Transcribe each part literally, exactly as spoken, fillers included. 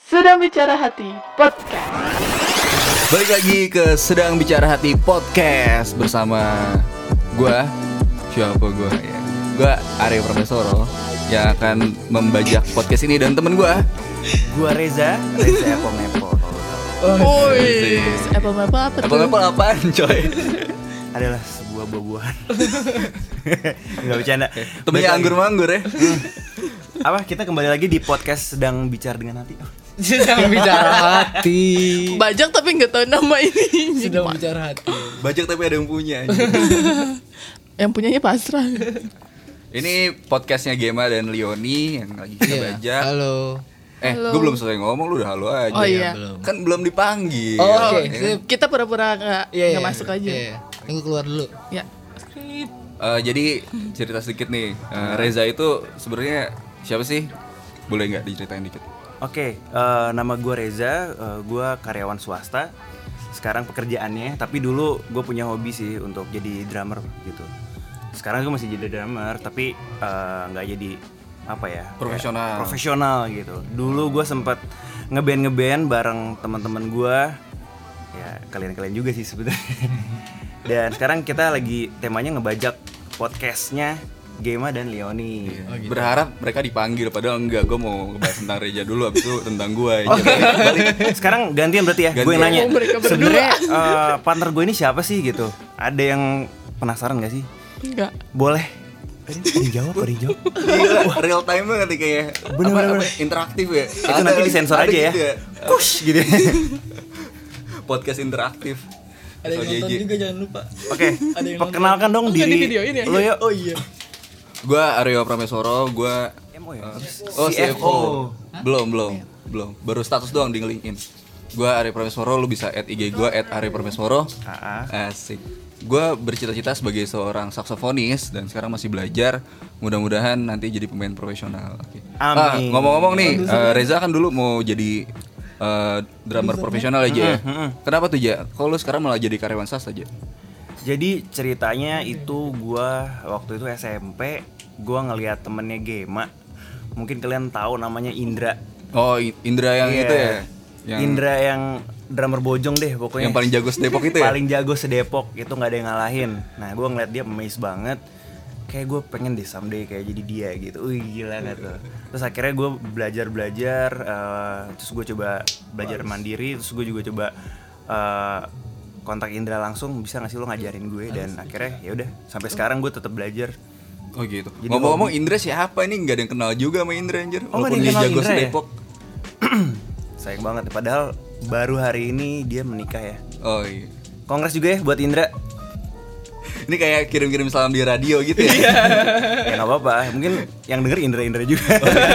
Sedang Bicara Hati Podcast. Balik lagi ke Sedang Bicara Hati Podcast bersama gue, siapa gue ya? Gue Aryo Prameswara yang akan membajak podcast ini dan temen gue, gue Reza, Reza Apple Maple. Oh, Apple Maple apa tuh? Apple Maple apaan coy? Adalah sebuah buah-buahan. Enggak bercanda. Temennya anggur-manggur ya. Apa? Kita kembali lagi di podcast Sedang Bicara dengan Hati. Sedang bicara hati. Bajak tapi nggak tahu nama ini. Sedang bicara hati. Bajak tapi ada yang punya. Yang punyanya pasrah. Ini podcastnya Gema dan Leoni yang lagi kita Iya. bajak. Halo. Eh, Halo. gue belum selesai ngomong, lu udah halo aja. Oh iya. Belum. Kan belum dipanggil. Oh, oke. Ya kan? Sip. Kita pura-pura nggak Iya, nggak iya. masuk aja. Iya. Tunggu keluar dulu. Ya. Eh, jadi cerita sedikit nih. Eh, Reza itu sebenarnya siapa sih? Boleh nggak diceritain dikit? Oke, eh, nama gue Reza, eh, gue karyawan swasta. Sekarang pekerjaannya, tapi dulu gue punya hobi sih untuk jadi drummer gitu. Sekarang gue masih jadi drummer, tapi eh, nggak jadi apa ya? Profesional. kayak profesional gitu. Dulu gue sempat ngeband ngeband bareng teman-teman gue. Ya kalian-kalian juga sih sebenarnya. Dan sekarang kita lagi temanya ngebajak podcastnya Gema dan Leoni. Oh, gitu. Berharap mereka dipanggil, padahal enggak. Gue mau ngebahas tentang Reza dulu, abis itu tentang gue. Oke, balik. Sekarang gantian berarti ya. Gue yang nanya. Oh, mereka berdua. Sebenarnya eh, partner gue ini siapa sih gitu? Ada yang penasaran gak sih? Enggak. Boleh. Ada yang jawab, ada yang jawab. Gila, real time banget nih kayaknya. Bener, Apa- bener, apa, bener. interaktif ya. Itu nanti disensor aja ya. gitu Kush gitu. Podcast interaktif. Ada yang S O J J. nonton juga jangan lupa. Oke, Ada yang perkenalkan dong Oh, nggak diri. di videoin ya? Lo ya. Oh iya. Gue Aryo Prameswara, gue M O ya? oh C F O. C F O. Belum, belum, belum. Baru status doang di LinkedIn. Gue Aryo Prameswara, lu bisa add I G gue at Aryo Prameswara. Ah, Asik. Gue bercita-cita sebagai seorang saksofonis dan sekarang masih belajar. Mudah-mudahan nanti jadi pemain profesional. Oke. Ah, Amin. ngomong-ngomong nih, eh, Reza kan dulu mau jadi eh, drummer profesional aja ya. Kenapa tuh Ja? Kok lu sekarang malah jadi karyawan swasta aja? Jadi ceritanya itu gue waktu itu S M P, gue ngelihat temennya Gema. Mungkin kalian tahu namanya Indra. Oh, I- Indra yang Iya. itu ya. Yang Indra yang drummer bojong deh pokoknya. yang paling jago sedepok itu ya. Paling jago sedepok, itu nggak ada yang ngalahin. Nah gue ngeliat dia amazed banget. Kayak gue pengen deh someday kayak jadi dia gitu. Wih gila nggak tuh. Terus akhirnya gue belajar belajar. eh, terus gue coba belajar mandiri. Terus gue juga coba eh, kontak Indra langsung. Bisa nggak sih lo ngajarin gue? Dan akhirnya ya udah sampai sekarang gue tetap belajar. Oh gitu. Jadi Ngomong-ngomong hobi. Indra siapa? Ini nggak ada yang kenal juga sama Indra anjir. Oh, nggak ada Walaupun yang dia kenal jago Indra ya? sedepok. Sayang banget. Padahal baru hari ini dia menikah ya. Oh iya. Kongres juga ya buat Indra. Ini kayak kirim-kirim salam di radio gitu ya. Ya nggak apa-apa. Mungkin yang denger Indra-Indra juga.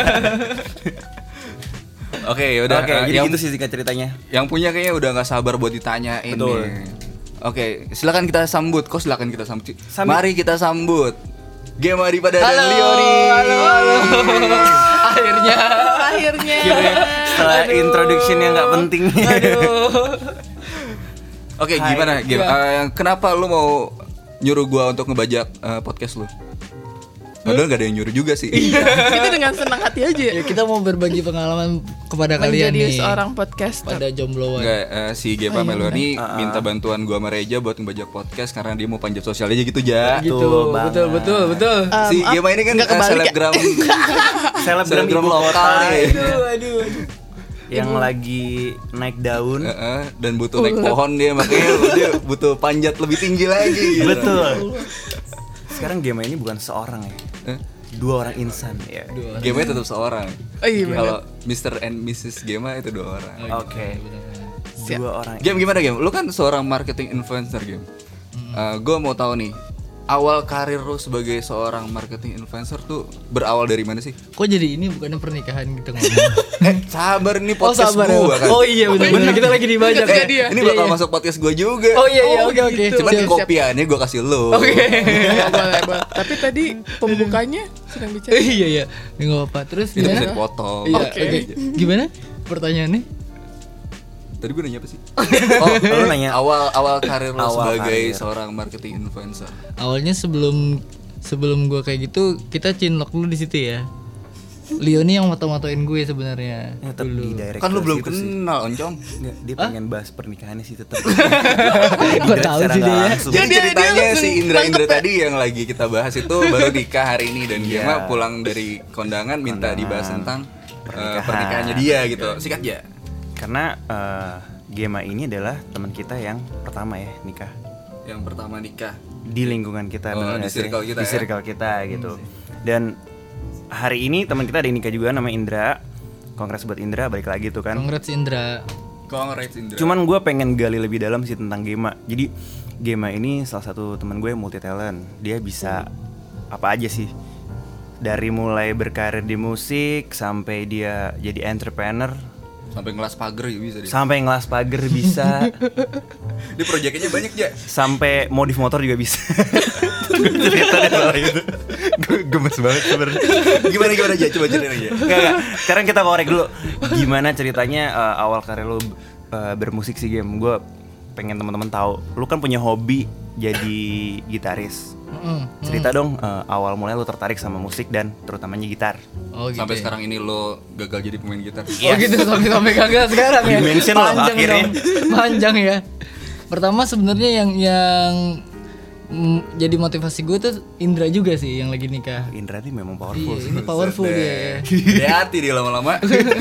Oke, yaudah. Oke, Eh, jadi yang, gitu sih singkat ceritanya. yang punya kayaknya udah nggak sabar buat ditanyain Betul. nih. Oke, silakan kita sambut. Kok silakan kita sambut? Sambut. Mari kita sambut Gema Daripada dan Halo. Leoni. Halo, halo. Akhirnya. Akhirnya. Setelah introduction yang nggak penting. Aduh. Oke, Hai. gimana Gem? Iya. Eh, kenapa lu mau nyuruh gua untuk ngebajak eh, podcast lu? Padahal gak ada yang nyuruh juga sih. Kita dengan senang hati aja. Ya kita mau berbagi pengalaman kepada kalian Menjadi nih. seorang podcaster. Pada jombloan. Enggak, eh, si Gepa Oh, iya, Meloni benar. minta bantuan gua sama Reja buat ngebajak podcast karena dia mau panjat sosial aja gitu ja. Gitu. Betul banget. Betul, betul, betul. Um, Si ah, Gema ini kan nggak eh, kebalik ya? selebgram Selebgram selebgram ibu lokal kota nih. Aduh, aduh, aduh. yang lagi naik daun. Eh, eh, dan butuh naik pohon dia makanya dia butuh panjat lebih tinggi lagi. gitu. Betul. Sekarang Gema ini bukan seorang ya. Eh, Dua orang insan ya. Dua. Gema tetap seorang. Oh iya benar. Kalau mister and missus Gema itu dua orang. Oke. Siap. Dua orang. Game gimana Game? Lu kan seorang marketing influencer Game. Hmm. gue mau tahu nih, awal karir lu sebagai seorang marketing influencer tuh berawal dari mana sih? Kok jadi ini bukannya pernikahan kita ngomong? Eh sabar nih Oh podcast sabar ya. gua kan. Oh iya benar benar kita lagi dibajak Dekat ya. dia. Ini Iya, bakal iya. masuk podcast gue juga. Oh iya iya Oh, oke oke. gitu. Cuman Siap, siap. kopiannya gue kasih lu. Oke. Ya, boleh, boleh. Tapi tadi pembukanya sedang bicara. Iya iya. Enggak apa-apa. Terus Itu bisa gimana? dipotong. Iya, Oke. oke. Gimana? Pertanyaannya? Tadi gue nanya apa sih? Oh, Lu nanya. awal awal karir lu Awal sebagai karir. seorang marketing influencer. Awalnya sebelum sebelum gua kayak gitu kita cinlok dulu di situ ya. Leo nih yang moto-motoin gue sebenarnya. Ya, tetap di direct Kan lu ke belum situ sih. kenal Oncom. Nggak, dia pengen bahas pernikahannya sih tetap. Gua tahu sih dia ya. Jadi Dia- dia- ceritanya dia si langsung Indra Indra nangkep ya. tadi yang lagi kita bahas itu baru nikah hari ini dan dia Iya. mah pulang dari kondangan minta Kondangan. dibahas tentang eh, Pernikahan. pernikahannya dia gitu. Sikat ya. Karena uh, Gema ini adalah teman kita yang pertama ya nikah Yang pertama nikah. di lingkungan kita, Oh, bener di nggak sih? circle kita di ya? circle kita gitu. Dan hari ini teman kita ada yang nikah juga namanya Indra. Kongres buat Indra, balik lagi tuh kan. Congrats Indra. Congrats Indra. Cuman gue pengen gali lebih dalam sih tentang Gema. Jadi Gema ini salah satu teman gue yang multi talent. Dia bisa apa aja sih. Dari mulai berkarir di musik sampai dia jadi entrepreneur, sampai ngelas pagar ya bisa deh. sampai ngelas pagar bisa, Dia proyeknya banyak ya. sampai modif motor juga bisa. Cerita deh soal itu. Gue gemes banget sebenarnya. Gimana gimana aja coba ceritain aja. Enggak, enggak. Sekarang kita korek dulu. Gimana ceritanya uh, awal karir lu uh, bermusik sih, Game? Gue pengen teman-teman tahu. Lu kan punya hobi jadi gitaris. Mm-mm. Cerita dong uh, awal mulai lu tertarik sama musik dan terutamanya gitar. Oh gitu. Sampai ya. sekarang ini lo gagal jadi pemain gitar. Oh gitu sampai sampai gagal sekarang ya. Dimension lah Panjang akhirnya. dong. Panjang ya. Pertama sebenarnya yang yang mm, jadi motivasi gue tuh Indra juga sih yang lagi nikah. Indra ini memang powerful. Iya, sih. ini powerful dia ya. Hati-hati dia lama-lama.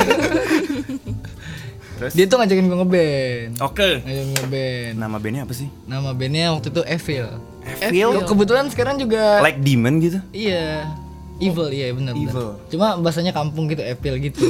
Terus? Dia tuh ngajakin gue ngeband. Oke. Ngajakin ngeband. Nama bandnya apa sih? Nama bandnya waktu itu Evil. Evil? Kebetulan sekarang juga Like Demon gitu? iya. Evil iya benar benar. Evil. Cuma bahasanya kampung gitu Evil gitu.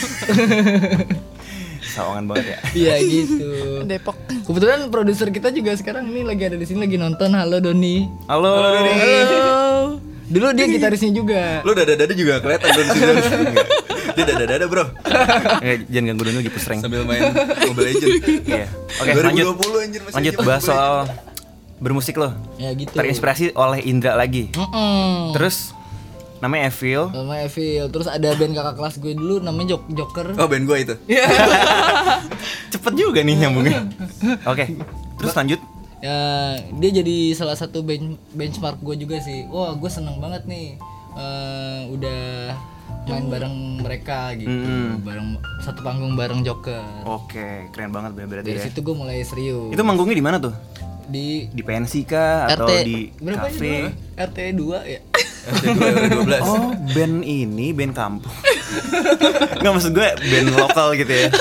Sawangan banget ya. Iya gitu. Depok. Kebetulan produser kita juga sekarang ini lagi ada di sini lagi nonton. Halo Doni. Halo. Halo. Dulu dia gitarisnya juga. Lu dada-dada juga kelihatan belum sih? Dia dada-dada bro. Eh, jangan ganggu dulu lagi push rank. Sambil main Mobile Legends. Iya. Oke, dua ribu lanjut. dua puluh anjir masih Lanjut aja bahas Mobile soal bermusik lo. Ya gitu. Terinspirasi oleh Indra lagi. Mm-mm. Terus namanya Evil. Nama Evil. Terus ada band kakak kelas gue dulu namanya Jok Joker. Oh band gua itu. Cepet juga nih nyambungnya. Oke. Terus lanjut. Ya, dia jadi salah satu bench, benchmark gue juga sih. Wah, gue seneng banget nih. Eh, udah main bareng mereka gitu, Mm. bareng satu panggung bareng Joker. Oke, keren banget berarti Dari ya. situ gue mulai serius. Itu manggungnya di mana tuh? di Di pensi kah atau R T di berapa kafe? ya? R T dua ya. R T dua dua belas. Oh, band ini band kampung. Nggak, maksud gue band lokal gitu ya.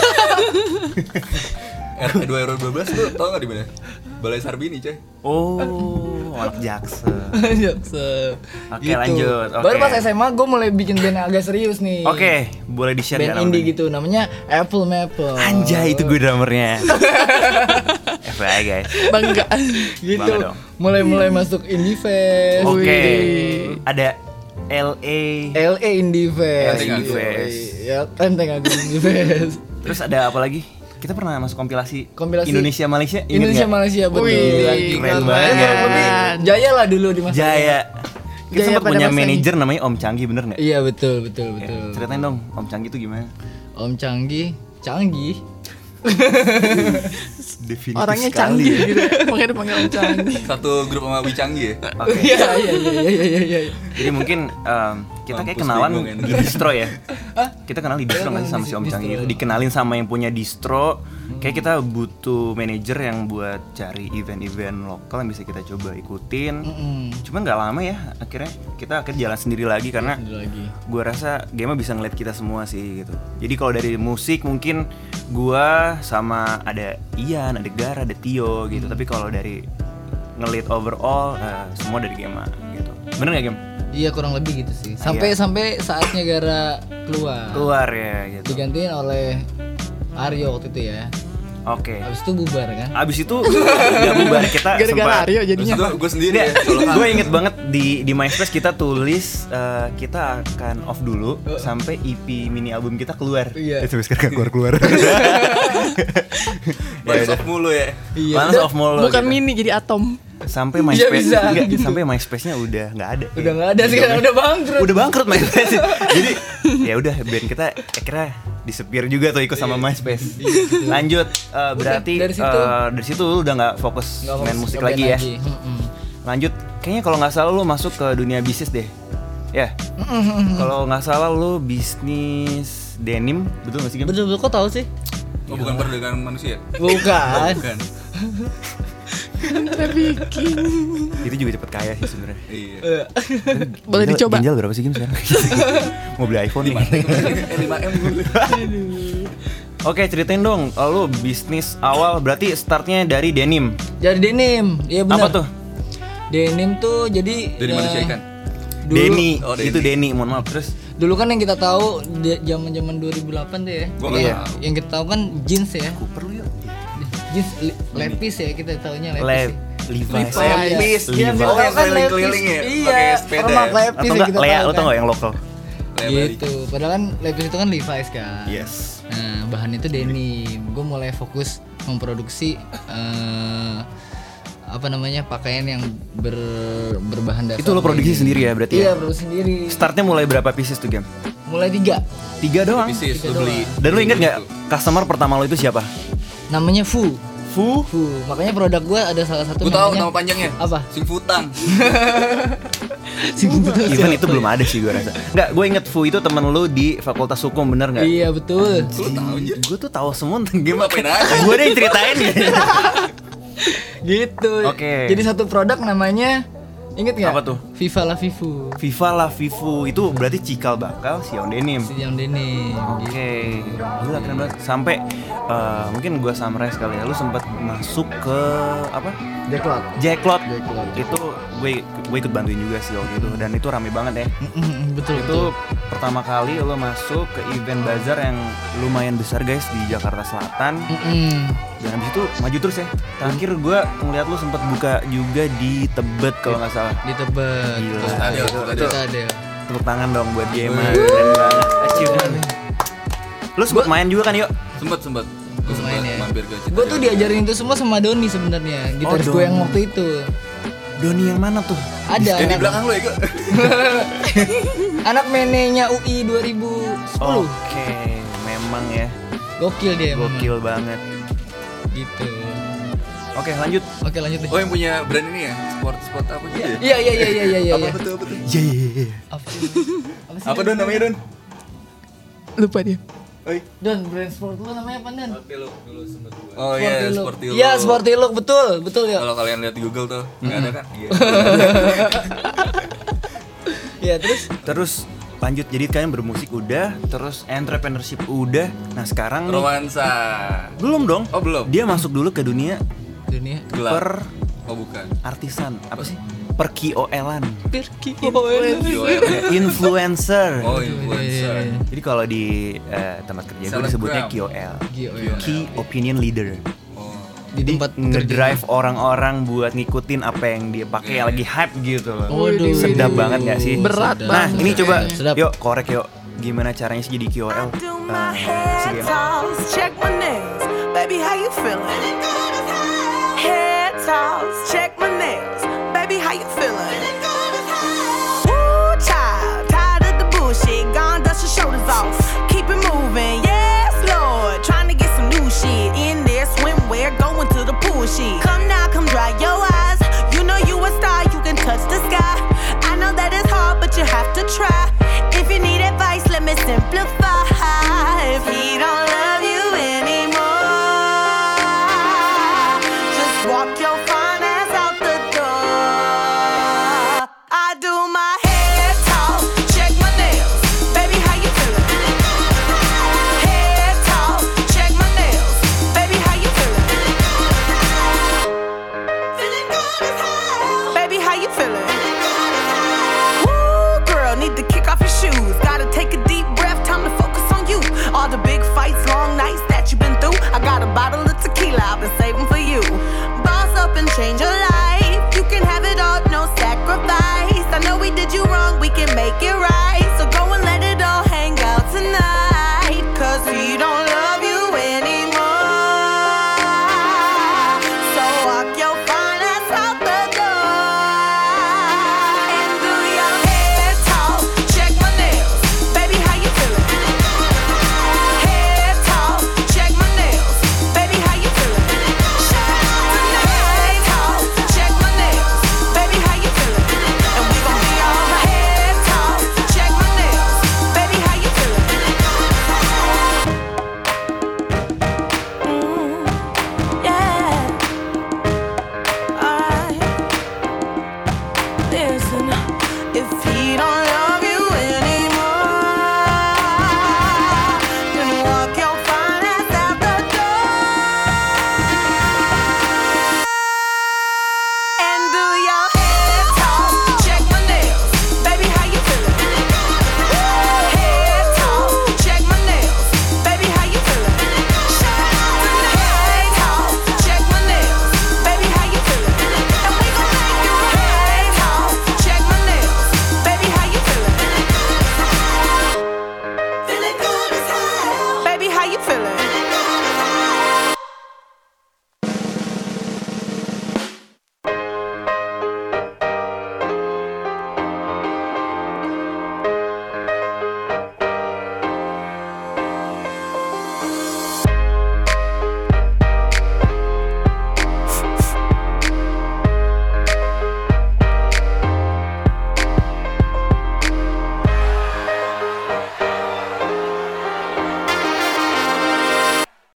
R T dua dua belas lu tau gak di mana? Balai Sarbini coy. Oh, anak Jaksel. Jaksa. Oke, lanjut. Oke. Baru pas S M A gue mulai bikin band yang agak serius nih. Oke, boleh di-share Band ya indie namanya? gitu, namanya Apple Maple. Anjay, itu gue drummernya. F Y I guys. Bangga. Gitu. Bangga dong. Mulai-mulai masuk Indie Fest. Oke. Wih. Ada L A. L A Indie Fest. L A Indie Fest. Ya, Tenteng Agung Indie Fest. Terus ada apa lagi? Kita pernah masuk kompilasi, Kompilasi Indonesia Malaysia. Ingat Indonesia nggak? Malaysia betul. Wih, Lagi. keren keren. banget. Tapi Jaya lah dulu di masa Jaya. Kita Jaya sempat pada punya masanya. manajer namanya Om Canggih, bener nggak? Iya betul betul Ya, betul. ceritain dong, Om Canggih itu gimana? Om Canggih, Canggih. Definisi Orangnya sekali canggih ya. gitu. Makanya dipanggil orang canggih. Satu grup sama Wicanggi ya. Oke. Iya iya iya iya iya iya. Jadi mungkin em, kita kayak Mampus kenalan bingung ini. di distro ya. Kita kenal di distro nggak sih sama si Om Distro. Canggih itu? Dikenalin sama yang punya distro. Kayak kita butuh manajer yang buat cari event-event lokal yang bisa kita coba ikutin. Mm-mm. Cuman nggak lama ya, akhirnya kita akhirnya jalan sendiri lagi karena Sendiri lagi. gue rasa game bisa ngeliat kita semua sih gitu. Jadi kalau dari musik mungkin gua sama ada Ian, ada Gara, ada Tio gitu. Tapi kalau dari ngelit overall eh, semua dari game gitu. Bener nggak game? Iya kurang lebih gitu sih. Sampai Iya. sampai saatnya Gara keluar. Keluar ya gitu. Digantiin oleh Aryo waktu itu ya. Oke. Habis itu bubar kan. Abis itu nggak bubar kita Gara-gara sempat. Aryo Terus jadinya. itu gue sendiri ya. solo Gue cover. inget banget di di MySpace kita tulis eh, kita akan off dulu sampai E P mini album kita keluar. Iya. Itu sekarang keluar keluar. Banyak off mulu ya. Iya. Langsung Udah, off mulu. Bukan gitu. mini jadi atom. Sampai Iya, MySpace bisa, enggak, gitu. sampai MySpace-nya udah nggak ada. Udah nggak ada sekarang udah bangkrut. Udah bangkrut MySpace. Jadi ya udah band kita akhirnya disepir juga tuh ikut sama MySpace. Lanjut eh, berarti dari situ- eh, dari situ lu udah nggak fokus Nggak main fokus musik ke band lagi ya. Mm-mm. Lanjut kayaknya kalau nggak salah lu masuk ke dunia bisnis deh. Ya. Kalau nggak salah lu bisnis denim, betul nggak sih Gem? Betul betul kok tahu sih? Oh, bukan perdagangan manusia. Bukan. Bukan. Itu juga cepet kaya sih sebenarnya. Iya. Boleh Ginjal- dicoba. Ginjal berapa sih Gem sekarang? Mau beli iPhone nih. lima M gue. Oke, ceritain dong. Oh, lu bisnis awal berarti startnya dari denim. Jadi denim. Iya benar. Apa tuh? Denim tuh jadi Dari eh, manusia ikan. Dulu, Denny. Oh, Denny. Itu Denny, mohon maaf. Terus dulu kan yang kita tahu di- zaman-zaman dua ribu delapan tuh ya. Gua nggak Iya. tahu. Yang kita tahu kan jeans ya. Cooper lu yuk. Jeans li- lepis ya kita taunya lepis. Le ya. Levi's. Lepis. Iya, Levi's. kita tahu kan Keliling-keliling lepis. ya, Iya, pakai sepeda permak ya? lepis Atau yang enggak kita Lea, tahu lu tau kan. gak yang lokal? Gitu. Padahal kan lepis itu kan Levi's kan. Yes. Nah, bahan itu denim. Gue mulai fokus memproduksi eh, apa namanya pakaian yang ber, berbahan dasar. Itu lo produksi denim. sendiri ya berarti Iya, ya? produksi sendiri. Startnya mulai berapa pieces tuh Gem? Mulai tiga. Tiga doang. Bisnis Tiga lu beli. Dan lu inget gak customer pertama lo itu siapa? Namanya Fu. Fu. Fu. Makanya produk gue ada salah satu Gue tahu namanya nama panjangnya. apa? Sing Futang. Even itu belum ada sih gue rasa. Enggak, gue inget Fu itu temen lu di Fakultas Hukum, bener gak? Iya betul. Lu tahu anjir. Gue tuh tahu semua tentang game Ngapain aja? Gue deh yang ceritain ya. Gitu. Oke. Jadi satu produk namanya inget nggak? Apa tuh? Viva La Vivu. Viva La Vivu itu berarti cikal bakal Sion Denim. Si yang denim. Oke, gila keren banget. Sampai eh, mungkin gue summarize kali ya. Lu sempat masuk ke apa? Jacklot. Jacklot. Jacklot. Itu gue gue ikut bantuin juga sih waktu itu dan itu rame banget ya. Betul Itu pertama kali lo masuk ke event bazar yang lumayan besar guys di Jakarta Selatan. Mm-mm. Dan habis itu maju terus ya. Terakhir gue ngeliat lu sempat buka juga di Tebet kalau nggak salah. Di Tebet. Gila. Betul. Adel, itu, Adel. itu Kita ada. tepuk tangan dong buat Gema. Keren banget. Achievement. Lu sempat main juga kan yuk? Sempet sempet. Gue Main sempet ya. mampir ke Citra Gue tuh Dewa. diajarin itu semua sama Doni sebenarnya. Gitaris gue Doni. yang waktu itu. Doni yang mana tuh? Ada Yang di anak, belakang lu ya gue. anak menenya U I dua ribu sepuluh. Oke, memang ya. Gokil dia memang. Gokil banget. Gitu. Oke, lanjut. Oke lanjut deh. Oh yang punya brand ini ya? Sport sport apa gitu ya? Iya iya iya iya iya iya. Apa iya. betul betul? Iya, iya, iya. Apa sih? Apa sih? Apa Don namanya Don? Lupa dia. Oi. Don, brand sport lu namanya apa Don? Oh iya, Sporty Look. Sporty Look. Iya, Sporty Look, betul, betul ya. Kalau kalian lihat di Google tuh, nggak ada kan? Iya. Iya, terus Terus lanjut, jadi kalian bermusik udah, terus entrepreneurship udah. Nah sekarang nih, Romansa. belum dong. Oh belum. Dia masuk dulu ke dunia dunia Gelap. per Oh bukan. artisan. Apa sih? Per K O L-an. Perki Influencer. Oh influencer. Jadi kalau di eh, tempat kerja gue Selebgram. disebutnya K O L. Key Opinion Leader. Oh. di tempat Ngedrive orang-orang buat ngikutin apa yang dia pakai yang lagi hype gitu loh. Waduh. Sedap banget gak sih? Berat Nah banget. ini coba Sedap. yuk korek yuk. Gimana caranya sih jadi K O L? Do Eh, my si head Gem. toss, check my nails. Baby, how you feeling? Head toss, check my nails. Baby, how you feeling? Woo, child, tired of the bullshit. Gone, dust your shoulders off. Keep it moving, yes, Lord. Trying to get some new shit in there. Swimwear, going to the pool shit. Come now, come dry your eyes. You know you a star, you can touch the sky. I know that it's hard, but you have to try. If you need advice, let me simplify. If he don't love you anymore, just walk your fine ass out the door. I do my head talk, check my nails. Baby, how you feeling? Head talk, check my nails. Baby, how you feeling? Feeling good as hell. Baby, how you feeling? Woo, girl, need to kick off your shoes. Gotta take a deep breath, time to focus on you. All the big fights, long nights that you've been through. I got a bottle of tequila.